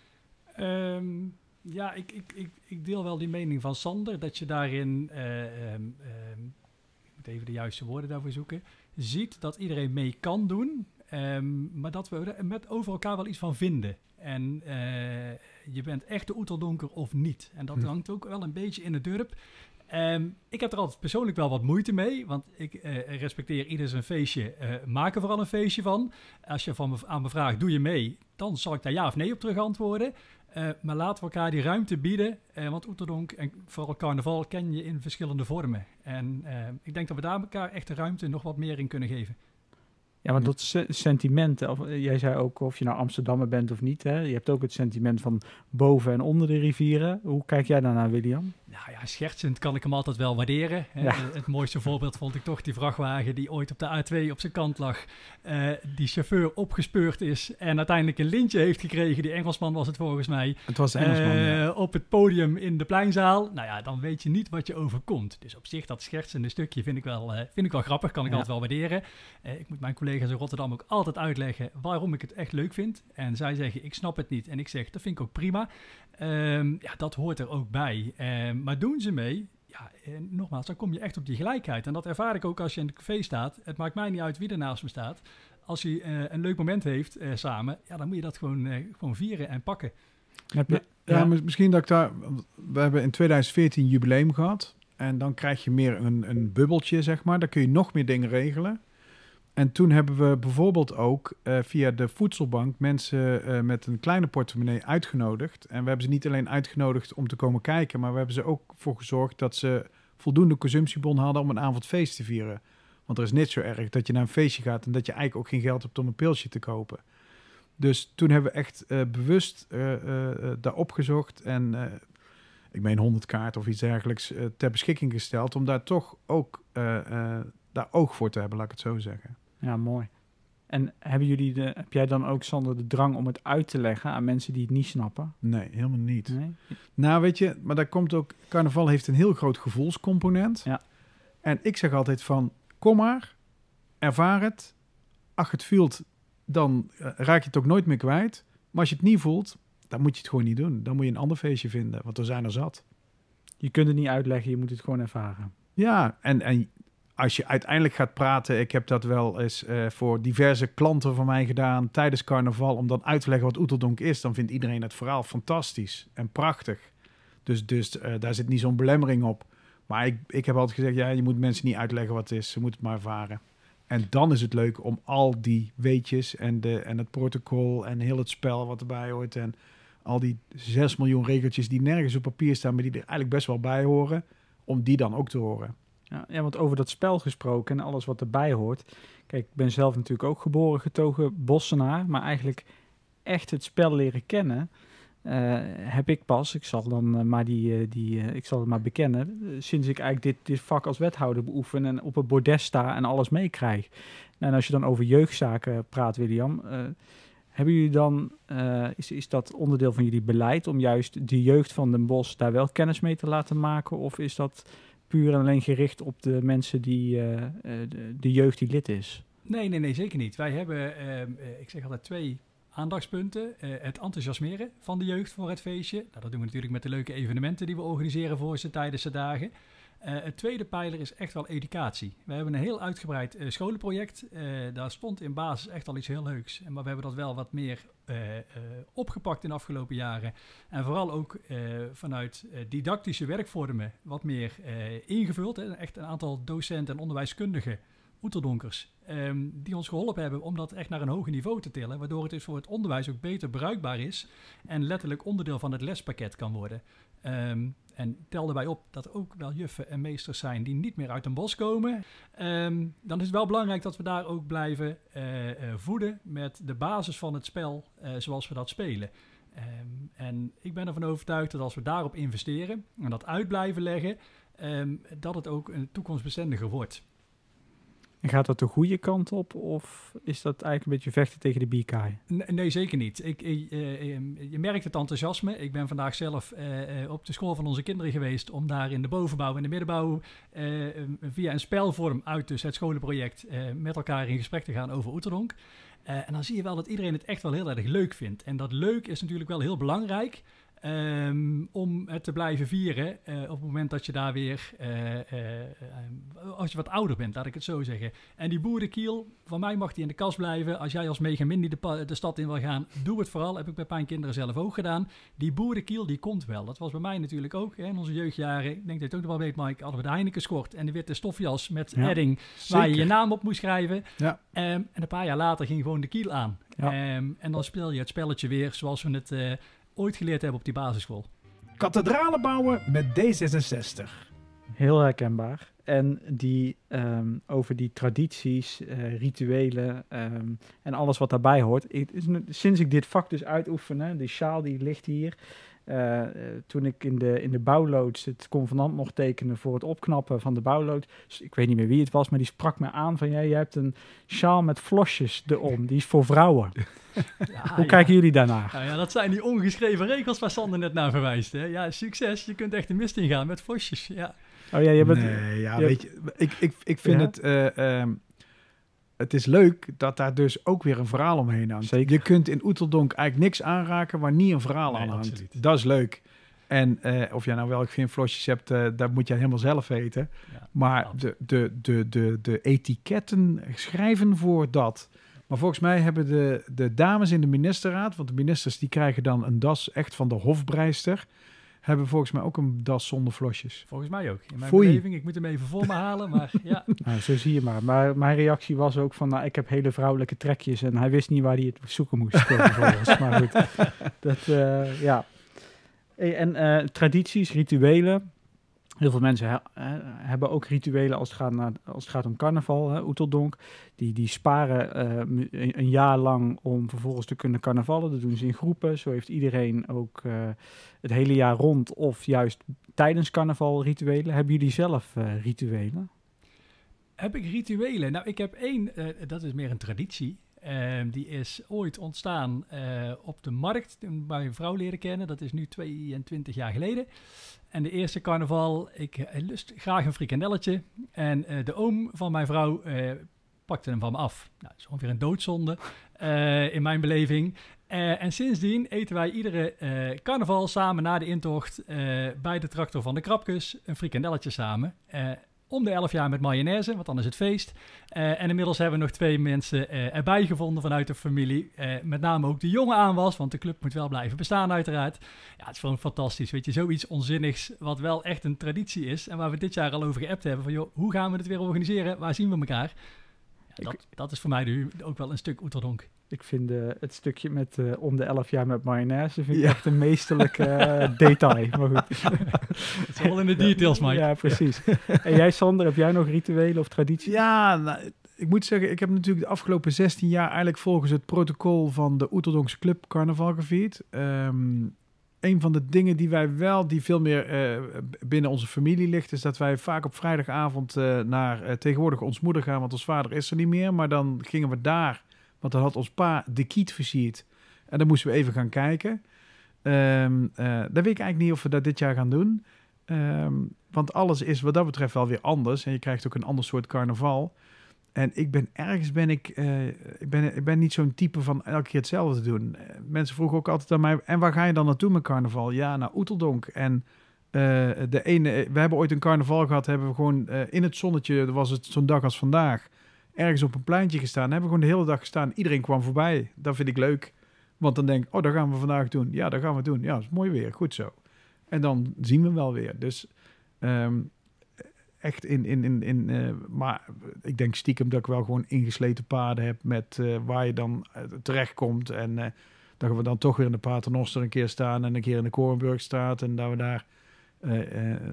D: Um, ja, ik, ik, ik, ik deel wel die mening van Sander, dat je daarin, uh, um, um, ik moet even de juiste woorden daarvoor zoeken, ziet dat iedereen mee kan doen, um, maar dat we er met over elkaar wel iets van vinden. En uh, je bent echt de Oeteldonker of niet. En dat
A: Hm.
D: hangt ook wel een beetje in het dorp. Um, ik heb er altijd persoonlijk wel wat moeite mee, want ik uh, respecteer ieder zijn feestje. Uh, maak er vooral een feestje van. Als je van me, aan me vraagt, doe je mee? Dan zal ik daar ja of nee op terug antwoorden. Uh, maar laten we elkaar die ruimte bieden. Uh, want Oeteldonk en vooral carnaval ken je in verschillende vormen. En uh, ik denk dat we daar elkaar echt de ruimte nog wat meer in kunnen geven.
B: Ja, want dat se- sentiment, of, uh, jij zei ook of je nou Amsterdammer bent of niet, hè? Je hebt ook het sentiment van boven en onder de rivieren. Hoe kijk jij daarnaar, William?
D: Nou ja, schertsend kan ik hem altijd wel waarderen. Hè.
B: Ja.
D: Het mooiste voorbeeld vond ik toch die vrachtwagen die ooit op de A twee op zijn kant lag. Uh, die chauffeur opgespeurd is en uiteindelijk een lintje heeft gekregen. Die Engelsman was het volgens mij.
A: Het was de Engelsman,
D: Uh,
A: ja.
D: Op het podium in de pleinzaal. Nou ja, dan weet je niet wat je overkomt. Dus op zich dat schertsende stukje vind ik wel, uh, vind ik wel grappig. Kan ik
B: Ja.
D: altijd wel waarderen. Uh, ik moet mijn collega's in Rotterdam ook altijd uitleggen waarom ik het echt leuk vind. En zij zeggen, ik snap het niet. En ik zeg, dat vind ik ook prima. Um, ja, dat hoort er ook bij. Um, maar doen ze mee? Ja, en nogmaals, dan kom je echt op die gelijkheid. En dat ervaar ik ook als je in het café staat. Het maakt mij niet uit wie er naast me staat. Als je uh, een leuk moment heeft uh, samen, ja, dan moet je dat gewoon, uh, gewoon vieren en pakken.
B: Heb je,
A: Ja, ja, misschien dat ik daar... We hebben in twintig veertien jubileum gehad. En dan krijg je meer een, een bubbeltje, zeg maar. Dan kun je nog meer dingen regelen. En toen hebben we bijvoorbeeld ook uh, via de voedselbank mensen uh, met een kleine portemonnee uitgenodigd. En we hebben ze niet alleen uitgenodigd om te komen kijken, maar we hebben ze ook voor gezorgd dat ze voldoende consumptiebon hadden om een avond feest te vieren. Want er is niet zo erg dat je naar een feestje gaat en dat je eigenlijk ook geen geld hebt om een pilsje te kopen. Dus toen hebben we echt uh, bewust uh, uh, daar opgezocht en uh, ik meen honderd kaarten of iets dergelijks uh, ter beschikking gesteld om daar toch ook uh, uh, daar oog voor te hebben, laat ik het zo zeggen.
B: Ja, mooi. En hebben jullie de, heb jij dan ook, Sander, de drang om het uit te leggen aan mensen die het niet snappen?
A: Nee, helemaal niet.
B: Nee?
A: Nou, weet je, maar daar komt ook... Carnaval heeft een heel groot gevoelscomponent.
B: Ja.
A: En ik zeg altijd van, kom maar, ervaar het. Ach, het voelt, dan uh, raak je het ook nooit meer kwijt. Maar als je het niet voelt, dan moet je het gewoon niet doen. Dan moet je een ander feestje vinden, want er zijn er zat.
B: Je kunt het niet uitleggen, je moet het gewoon ervaren.
A: Ja, en... en als je uiteindelijk gaat praten, ik heb dat wel eens uh, voor diverse klanten van mij gedaan tijdens carnaval, om dan uit te leggen wat Oeteldonk is, dan vindt iedereen het verhaal fantastisch en prachtig. Dus, dus uh, daar zit niet zo'n belemmering op. Maar ik, ik heb altijd gezegd, ja, je moet mensen niet uitleggen wat het is, ze moeten het maar ervaren. En dan is het leuk om al die weetjes en, de, en het protocol en heel het spel wat erbij hoort en al die zes miljoen regeltjes die nergens op papier staan, maar die er eigenlijk best wel bij horen, om die dan ook te horen.
B: Ja, ja, want over dat spel gesproken en alles wat erbij hoort. Kijk, ik ben zelf natuurlijk ook geboren getogen Bossenaar, maar eigenlijk echt het spel leren kennen uh, heb ik pas. Ik zal dan uh, maar die, uh, die uh, ik zal het maar bekennen. Uh, sinds ik eigenlijk dit, dit vak als wethouder beoefen en op het bordes sta en alles meekrijg. En als je dan over jeugdzaken praat, William, uh, hebben jullie dan, uh, is, is dat onderdeel van jullie beleid om juist de jeugd van Den Bosch daar wel kennis mee te laten maken? Of is dat puur en alleen gericht op de mensen die, uh, uh, de, de jeugd die lid is?
D: Nee, nee, nee, zeker niet. Wij hebben, uh, uh, ik zeg altijd twee aandachtspunten. Uh, het enthousiasmeren van de jeugd voor het feestje. Nou, dat doen we natuurlijk met de leuke evenementen die we organiseren voor ze tijdens de dagen. Uh, het tweede pijler is echt wel educatie. We hebben een heel uitgebreid uh, scholenproject. Uh, daar stond in basis echt al iets heel leuks. Maar we hebben dat wel wat meer uh, uh, opgepakt in de afgelopen jaren. En vooral ook uh, vanuit uh, didactische werkvormen wat meer uh, ingevuld. Hè. Echt een aantal docenten en onderwijskundigen, Oeterdonkers, um, die ons geholpen hebben om dat echt naar een hoger niveau te tillen. Waardoor het dus voor het onderwijs ook beter bruikbaar is en letterlijk onderdeel van het lespakket kan worden. Um, en tel erbij op dat er ook wel juffen en meesters zijn die niet meer uit Den Bosch komen. Um, dan is het wel belangrijk dat we daar ook blijven uh, uh, voeden met de basis van het spel uh, zoals we dat spelen. Um, en ik ben ervan overtuigd dat als we daarop investeren en dat uit blijven leggen, um, dat het ook een toekomstbestendiger wordt.
B: En gaat dat de goede kant op of is dat eigenlijk een beetje vechten tegen de bierkaai?
D: Nee, nee, zeker niet. Ik, ik, uh, je merkt het enthousiasme. Ik ben vandaag zelf uh, uh, op de school van onze kinderen geweest om daar in de bovenbouw en de middenbouw uh, via een spelvorm uit dus het scholenproject uh, met elkaar in gesprek te gaan over Oeterdonk. Uh, en dan zie je wel dat iedereen het echt wel heel erg leuk vindt. En dat leuk is natuurlijk wel heel belangrijk. Um, om het te blijven vieren uh, op het moment dat je daar weer, uh, uh, uh, als je wat ouder bent, laat ik het zo zeggen. En die boerenkiel, van mij mag die in de kast blijven. Als jij als megamindi de, pa- de stad in wil gaan, doe het vooral. Heb ik bij mijn kinderen zelf ook gedaan. Die boerenkiel, die komt wel. Dat was bij mij natuurlijk ook, hè, in onze jeugdjaren. Ik denk dat je het ook nog wel weet, Mike, hadden we de Heineken schort en de witte stofjas met
B: ja,
D: edding,
A: zeker.
D: waar je je naam op moest schrijven.
A: Ja.
D: Um, en een paar jaar later ging gewoon de kiel aan.
B: Ja.
D: Um, en dan speel je het spelletje weer zoals we het uh, ooit geleerd hebben op die basisschool.
C: Kathedralen bouwen met D zesenzestig.
B: Heel herkenbaar. En die, um, over die tradities, uh, rituelen um, en alles wat daarbij hoort. Ik, sinds ik dit vak dus uitoefen, hè, die sjaal die ligt hier. Uh, uh, toen ik in de, in de bouwloods het convenant mocht tekenen voor het opknappen van de bouwloods. Dus ik weet niet meer wie het was, maar die sprak me aan van... jij, jij hebt een sjaal met flosjes erom, die is voor vrouwen.
D: Ja,
B: Hoe
D: ja.
B: kijken jullie daarnaar?
D: Nou ja, dat zijn die ongeschreven regels waar Sander net naar verwijst. Hè? Ja, succes. Je kunt echt de mist ingaan met vosjes. Ja.
B: Oh ja, je bent...
A: Nee, ja,
B: je
A: weet je, ik, ik, ik vind
B: Ja?
A: het... Uh, um, het is leuk dat daar dus ook weer een verhaal omheen hangt.
B: Zeker.
A: Je kunt in Oeteldonk eigenlijk niks aanraken waar niet een verhaal
D: Nee,
A: aan hangt.
D: absoluut.
A: Dat is leuk. En uh, of jij nou welk vinflosjes hebt, uh, dat moet jij helemaal zelf weten.
D: Ja,
A: Maar
D: absoluut.
A: de, de, de, de, de etiketten schrijven voor dat. Maar volgens mij hebben de, de dames in de ministerraad, want de ministers die krijgen dan een das echt van de hofbreister, hebben volgens mij ook een das zonder flosjes.
D: Volgens mij ook. In mijn
A: Foei.
D: beleving, ik moet hem even voor me halen, maar ja.
B: Nou, zo zie je maar. Maar mijn reactie was ook van, nou, ik heb hele vrouwelijke trekjes en hij wist niet waar hij het zoeken moest. Vervolgens. Maar goed, dat, uh, ja. Hey, en uh, tradities, rituelen. Heel veel mensen he- he- hebben ook rituelen als het gaat, naar, als het gaat om carnaval, hè, Oeteldonk. Die, die sparen uh, een, een jaar lang om vervolgens te kunnen carnavallen. Dat doen ze in groepen. Zo heeft iedereen ook uh, het hele jaar rond of juist tijdens carnaval rituelen. Hebben jullie zelf uh, rituelen?
D: Heb ik rituelen? Nou, ik heb één, uh, dat is meer een traditie. Uh, die is ooit ontstaan uh, op de markt toen wij een vrouw leren kennen. Dat is nu tweeëntwintig jaar geleden. En de eerste carnaval, ik uh, lust graag een frikandelletje. En uh, de oom van mijn vrouw uh, pakte hem van me af. Nou, dat is ongeveer een doodzonde uh, in mijn beleving. Uh, en sindsdien eten wij iedere uh, carnaval samen na de intocht uh, bij de tractor van de Krapkes een frikandelletje samen. Uh, Om de elf jaar met mayonaise, want dan is het feest. Uh, en inmiddels hebben we nog twee mensen uh, erbij gevonden vanuit de familie. Uh, met name ook de jonge aanwas, want de club moet wel blijven bestaan uiteraard. Ja, het is gewoon fantastisch, weet je. Zoiets onzinnigs, wat wel echt een traditie is. En waar we dit jaar al over geappt hebben van, joh, hoe gaan we het weer organiseren? Waar zien we elkaar? dat,
B: Ik-
D: dat is voor mij de, ook wel een stuk Oeterdonk.
B: Ik vind eh, het stukje met eh, om de elf jaar met mayonaise vind ik
A: Ja.
B: echt een meesterlijk eh, detail. Maar goed.
D: Het is wel in de details, Mike.
B: Ja, precies. En jij, Sander, heb jij nog rituelen of tradities?
A: Ja, nou, ik moet zeggen, ik heb natuurlijk de afgelopen zestien jaar eigenlijk volgens het protocol van de Oeterdonkse Club carnaval gevierd. Um, een van de dingen die wij wel, die veel meer uh, binnen onze familie ligt, is dat wij vaak op vrijdagavond uh, naar uh, tegenwoordig ons moeder gaan, want ons vader is er niet meer. Maar dan gingen we daar, want dan had ons pa de kiet versierd. En dan moesten we even gaan kijken. Um, uh, dan weet ik eigenlijk niet of we dat dit jaar gaan doen. Um, want alles is wat dat betreft wel weer anders. En je krijgt ook een ander soort carnaval. En ik ben ergens ben ik, uh, ik, ben, ik ben niet zo'n type van elke keer hetzelfde te doen. Uh, mensen vroegen ook altijd aan mij, en waar ga je dan naartoe met carnaval? Ja, naar Oeteldonk. En uh, de ene, we hebben ooit een carnaval gehad, hebben we gewoon uh, in het zonnetje, was het zo'n dag als vandaag, ergens op een pleintje gestaan. Hebben we gewoon de hele dag gestaan. Iedereen kwam voorbij. Dat vind ik leuk. Want dan denk ik, oh, dat gaan we vandaag doen. Ja, dat gaan we doen. Ja, dat is mooi weer. Goed zo. En dan zien we wel weer. Dus um, echt in... in, in, in uh, maar ik denk stiekem dat ik wel gewoon ingesleten paden heb met uh, waar je dan uh, terechtkomt. En uh, dat we dan toch weer in de Paternoster een keer staan en een keer in de Korenburgstraat. En dat we daar... Uh, uh, uh,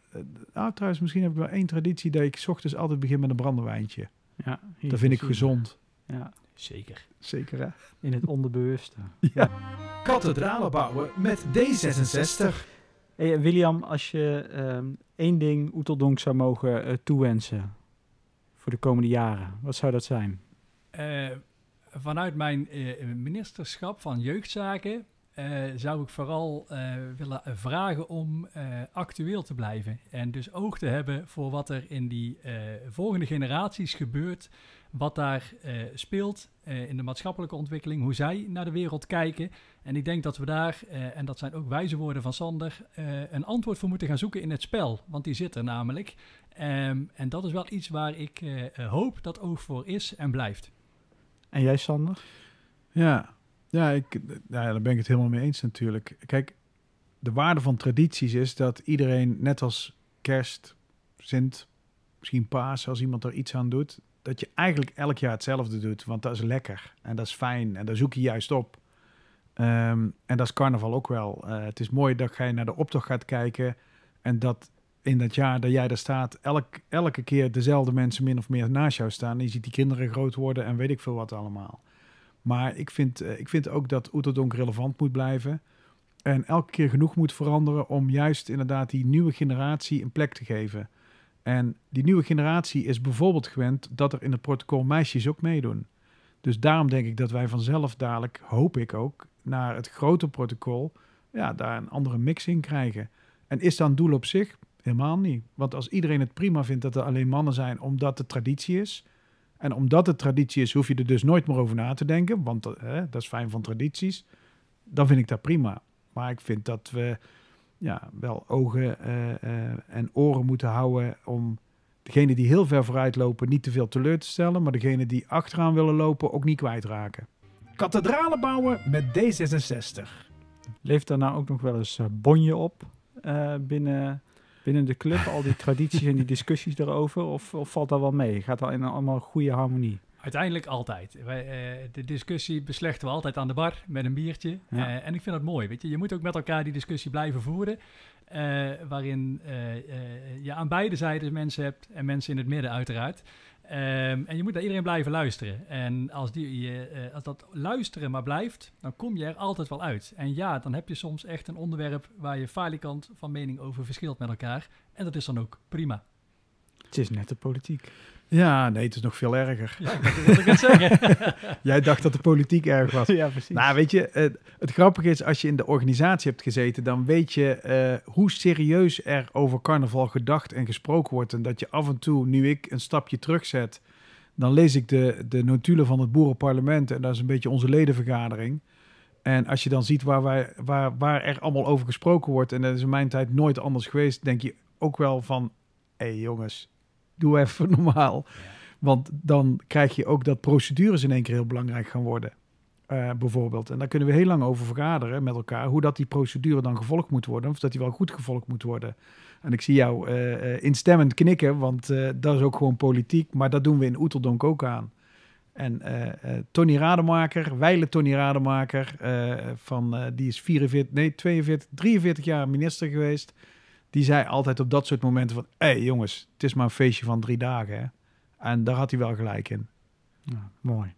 A: nou, trouwens, misschien heb ik wel één traditie dat ik 's ochtends altijd begin met een brandewijntje.
B: Ja,
A: dat vind ik gezond.
B: Ja.
D: Zeker.
A: Zeker, hè?
B: In het onderbewuste.
A: Ja.
C: Kathedralen bouwen met D zesenzestig.
B: Hey, William, als je um, één ding Oeteldonk zou mogen uh, toewensen voor de komende jaren, wat zou dat zijn?
D: Uh, vanuit mijn uh, ministerschap van Jeugdzaken uh, zou ik vooral uh, willen vragen om uh, actueel te blijven. En dus oog te hebben voor wat er in die uh, volgende generaties gebeurt. Wat daar uh, speelt uh, in de maatschappelijke ontwikkeling, hoe zij naar de wereld kijken. En ik denk dat we daar, uh, en dat zijn ook wijze woorden van Sander, uh, een antwoord voor moeten gaan zoeken in het spel. Want die zit er namelijk. Um, en dat is wel iets waar ik uh, hoop dat oog voor is en blijft.
B: En jij, Sander?
A: Ja, ja, ik, ja, daar ben ik het helemaal mee eens natuurlijk. Kijk, de waarde van tradities is dat iedereen, net als kerst, Sint, misschien Paas, als iemand er iets aan doet, dat je eigenlijk elk jaar hetzelfde doet, want dat is lekker en dat is fijn en daar zoek je juist op. Um, en dat is carnaval ook wel. Uh, het is mooi dat jij naar de optocht gaat kijken en dat in dat jaar dat jij daar staat, elk, elke keer dezelfde mensen min of meer naast jou staan. En je ziet die kinderen groot worden en weet ik veel wat allemaal. Maar ik vind, uh, ik vind ook dat Oeterdonk relevant moet blijven en elke keer genoeg moet veranderen om juist inderdaad die nieuwe generatie een plek te geven. En die nieuwe generatie is bijvoorbeeld gewend dat er in het protocol meisjes ook meedoen. Dus daarom denk ik dat wij vanzelf dadelijk, hoop ik ook, naar het grote protocol, ja, daar een andere mix in krijgen. En is dat een doel op zich? Helemaal niet. Want als iedereen het prima vindt dat er alleen mannen zijn, omdat het traditie is, en omdat het traditie is, hoef je er dus nooit meer over na te denken, want eh, dat is fijn van tradities, dan vind ik dat prima. Maar ik vind dat we ja, wel ogen uh, uh, en oren moeten houden om degene die heel ver vooruit lopen niet te veel teleur te stellen, maar degene die achteraan willen lopen ook niet kwijtraken.
C: Kathedralen bouwen met D zesenzestig.
B: Leeft daar nou ook nog wel eens uh, bonje op uh, binnen, binnen de club? Al die tradities en die discussies erover? Of, of valt dat wel mee? Gaat dat in een allemaal goede harmonie?
D: Uiteindelijk altijd. Wij, uh, de discussie beslechten we altijd aan de bar met een biertje. Ja. Uh, en ik vind dat mooi. Weet je? Je moet ook met elkaar die discussie blijven voeren. Uh, waarin uh, uh, je aan beide zijden mensen hebt en mensen in het midden uiteraard. Um, en je moet naar iedereen blijven luisteren. En als, die, uh, als dat luisteren maar blijft, dan kom je er altijd wel uit. En ja, dan heb je soms echt een onderwerp waar je falikant van mening over verschilt met elkaar. En dat is dan ook prima.
B: Het is net de politiek.
A: Ja, nee, het is nog veel erger.
D: Ja, dat wil ik net zeggen.
A: Jij dacht dat de politiek erg was.
B: Ja, precies.
A: Nou, weet je, het, het grappige is, als je in de organisatie hebt gezeten, dan weet je uh, hoe serieus er over carnaval gedacht en gesproken wordt. En dat je af en toe, nu ik een stapje terugzet, dan lees ik de, de notulen van het Boerenparlement. En dat is een beetje onze ledenvergadering. En als je dan ziet waar, wij, waar, waar er allemaal over gesproken wordt, en dat is in mijn tijd nooit anders geweest, denk je ook wel van, hé hey jongens, doe even normaal. Ja. Want dan krijg je ook dat procedures in één keer heel belangrijk gaan worden. uh, bijvoorbeeld. En daar kunnen we heel lang over vergaderen met elkaar, hoe dat die procedure dan gevolgd moet worden, of dat die wel goed gevolgd moet worden. En ik zie jou uh, uh, instemmend knikken, want uh, dat is ook gewoon politiek, maar dat doen we in Oeteldonk ook aan. En uh, uh, Tony Rademaker, Weile Tony Rademaker, uh, van, uh, die is vierenveertig, nee, tweeënveertig, drieënveertig jaar minister geweest. Die zei altijd op dat soort momenten van, hé hey, jongens, het is maar een feestje van drie dagen. Hè? En daar had hij wel gelijk in.
B: Ja, mooi.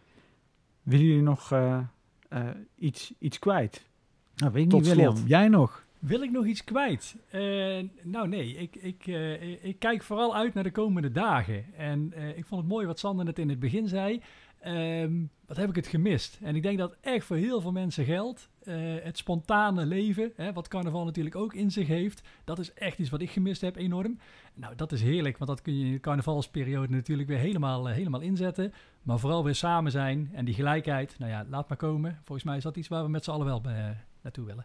B: Willen jullie nog uh, uh, iets, iets kwijt?
A: Nou, weet ik
B: Tot
A: niet, William.
B: slot.
A: Jij nog?
D: Wil ik nog iets kwijt? Uh, nou nee, ik, ik, uh, ik kijk vooral uit naar de komende dagen. En uh, ik vond het mooi wat Sander net in het begin zei. Um, wat heb ik het gemist? En ik denk dat echt voor heel veel mensen geldt. Uh, het spontane leven, hè, wat carnaval natuurlijk ook in zich heeft. Dat is echt iets wat ik gemist heb enorm. Nou, dat is heerlijk, want dat kun je in de carnavalsperiode natuurlijk weer helemaal, uh, helemaal inzetten. Maar vooral weer samen zijn en die gelijkheid. Nou ja, laat maar komen. Volgens mij is dat iets waar we met z'n allen wel uh, naartoe willen.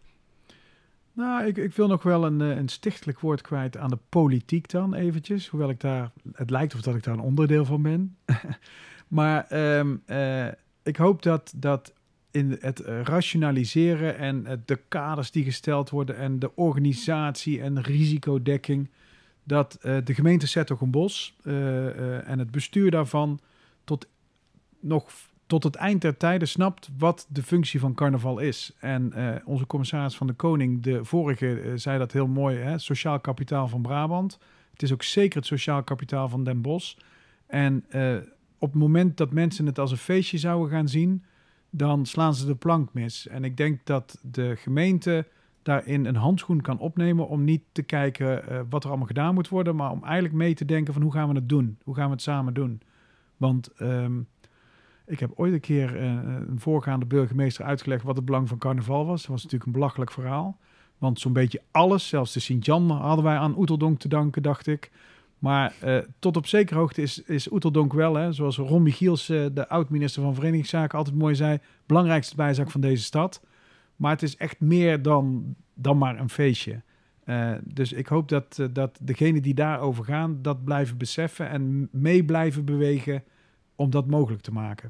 A: Nou, ik, ik wil nog wel een, een stichtelijk woord kwijt aan de politiek dan eventjes. Hoewel ik daar, het lijkt of dat ik daar een onderdeel van ben. maar um, uh, ik hoop dat, dat in het rationaliseren en uh, de kaders die gesteld worden en de organisatie en risicodekking, dat uh, de gemeente 's-Hertogenbosch uh, uh, en het bestuur daarvan tot nog tot het eind der tijden snapt wat de functie van carnaval is. En uh, onze commissaris van de Koning, de vorige, uh, zei dat heel mooi, hè? Sociaal kapitaal van Brabant. Het is ook zeker het sociaal kapitaal van Den Bosch. En uh, op het moment dat mensen het als een feestje zouden gaan zien, dan slaan ze de plank mis. En ik denk dat de gemeente daarin een handschoen kan opnemen om niet te kijken uh, wat er allemaal gedaan moet worden, maar om eigenlijk mee te denken van hoe gaan we het doen? Hoe gaan we het samen doen? Want Um, ik heb ooit een keer uh, een voorgaande burgemeester uitgelegd wat het belang van carnaval was. Dat was natuurlijk een belachelijk verhaal. Want zo'n beetje alles, zelfs de Sint-Jan, hadden wij aan Oeteldonk te danken, dacht ik. Maar uh, tot op zekere hoogte is, is Oeteldonk wel, hè, zoals Ron Michiels, uh, de oud-minister van Verenigingszaken, altijd mooi zei, belangrijkste bijzaak van deze stad. Maar het is echt meer dan, dan maar een feestje. Uh, dus ik hoop dat, uh, dat degenen die daarover gaan, dat blijven beseffen en mee blijven bewegen om dat mogelijk te maken.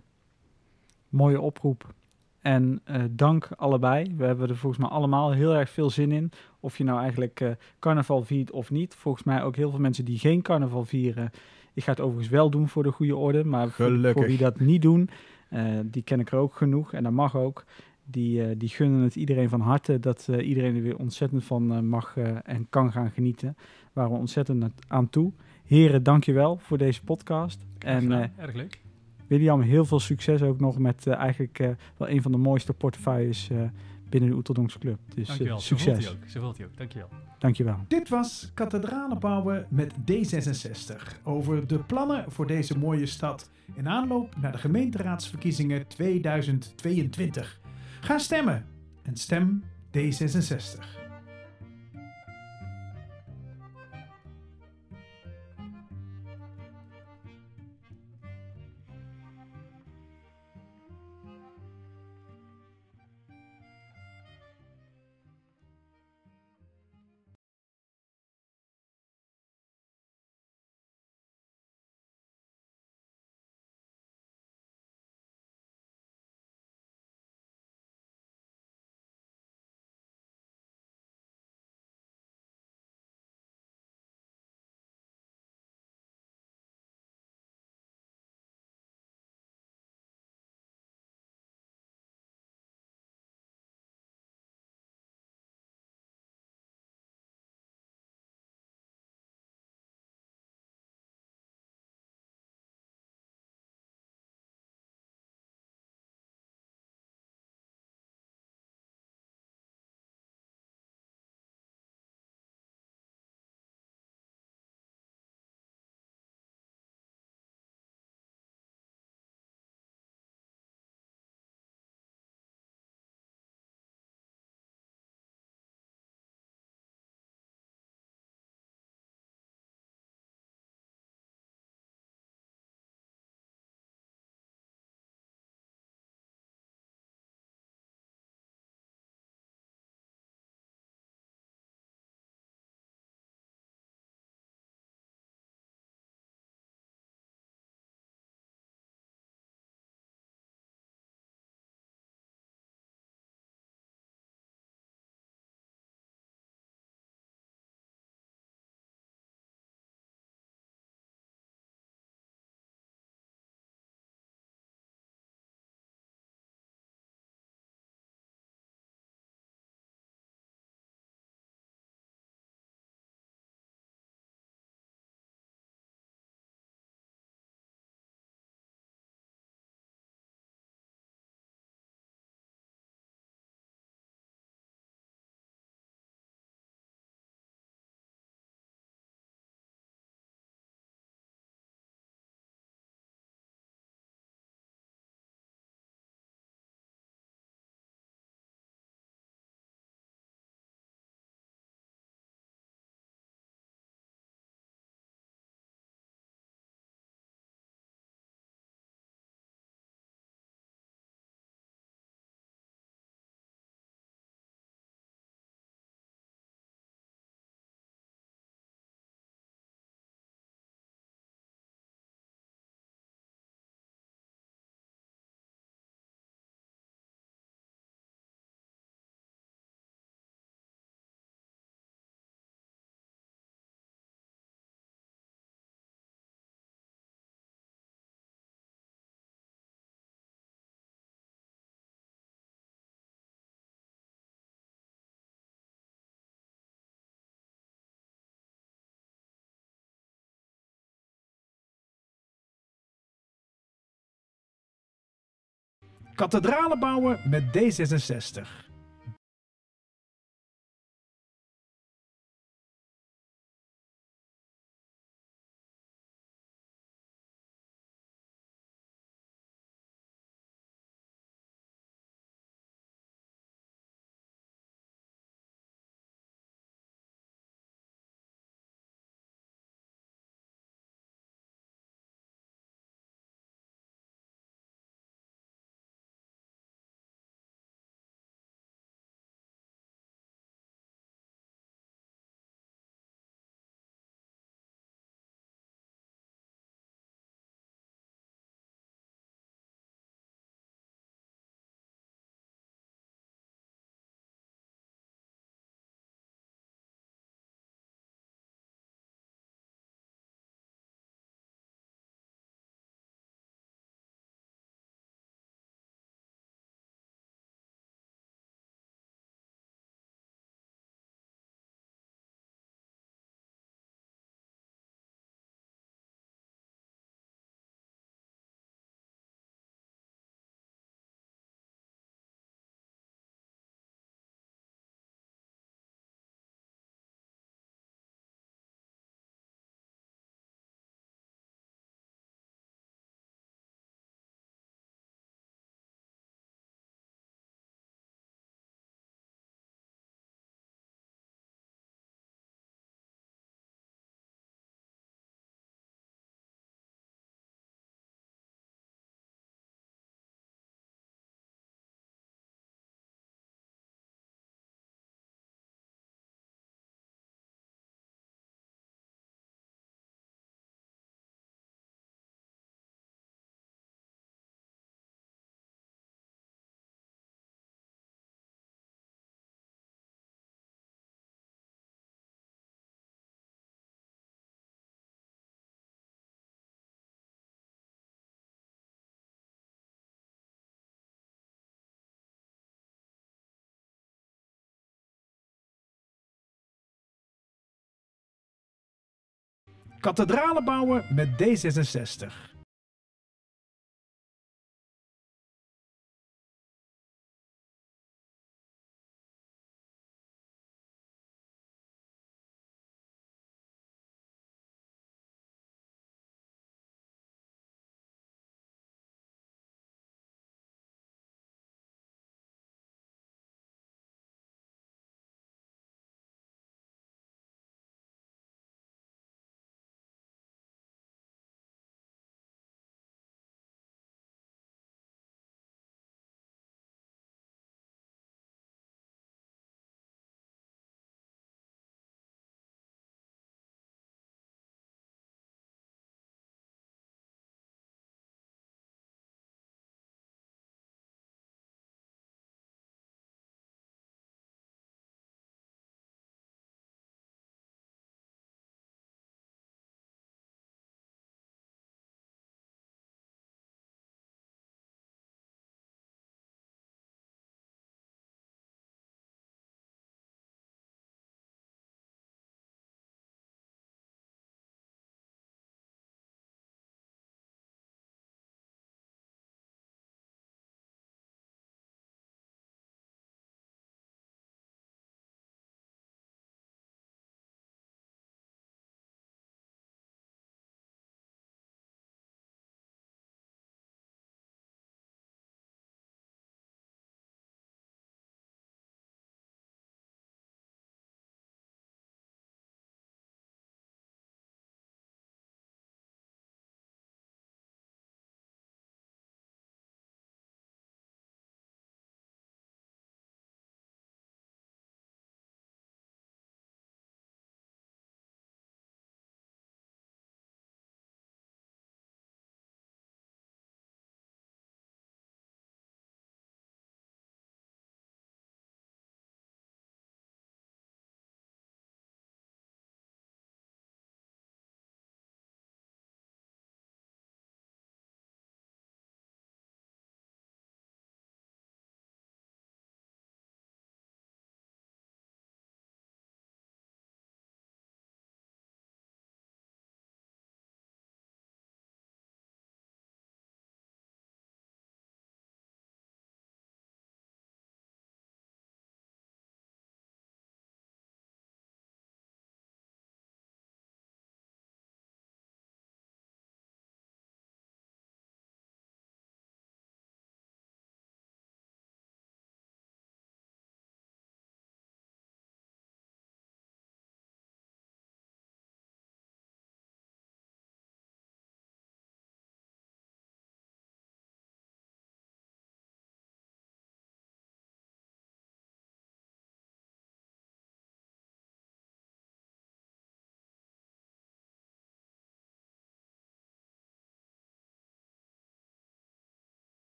B: Mooie oproep. En uh, dank allebei. We hebben er volgens mij allemaal heel erg veel zin in. Of je nou eigenlijk uh, carnaval viert of niet. Volgens mij ook heel veel mensen die geen carnaval vieren. Ik ga het overigens wel doen voor de goede orde. Maar voor, voor wie dat niet doen, uh, die ken ik er ook genoeg. En dat mag ook. Die, uh, die gunnen het iedereen van harte. Dat uh, iedereen er weer ontzettend van uh, mag uh, en kan gaan genieten. Waar we ontzettend aan toe. Heren, dank je wel voor deze podcast. En, uh,
D: erg leuk.
B: William, heel veel succes ook nog met uh, eigenlijk uh, wel een van de mooiste portefeuilles uh, binnen de Oeteldonkse Club. Dus
D: dankjewel.
B: Uh, succes.
D: Zo voelt hij ook. Zo voelt hij ook. Dankjewel.
B: Dankjewel.
C: Dit was Kathedralen bouwen met D zesenzestig over de plannen voor deze mooie stad in aanloop naar de gemeenteraadsverkiezingen tweeduizend tweeëntwintig. Ga stemmen en stem D zesenzestig. Kathedralen bouwen met D zesenzestig. Kathedralen bouwen met D zesenzestig.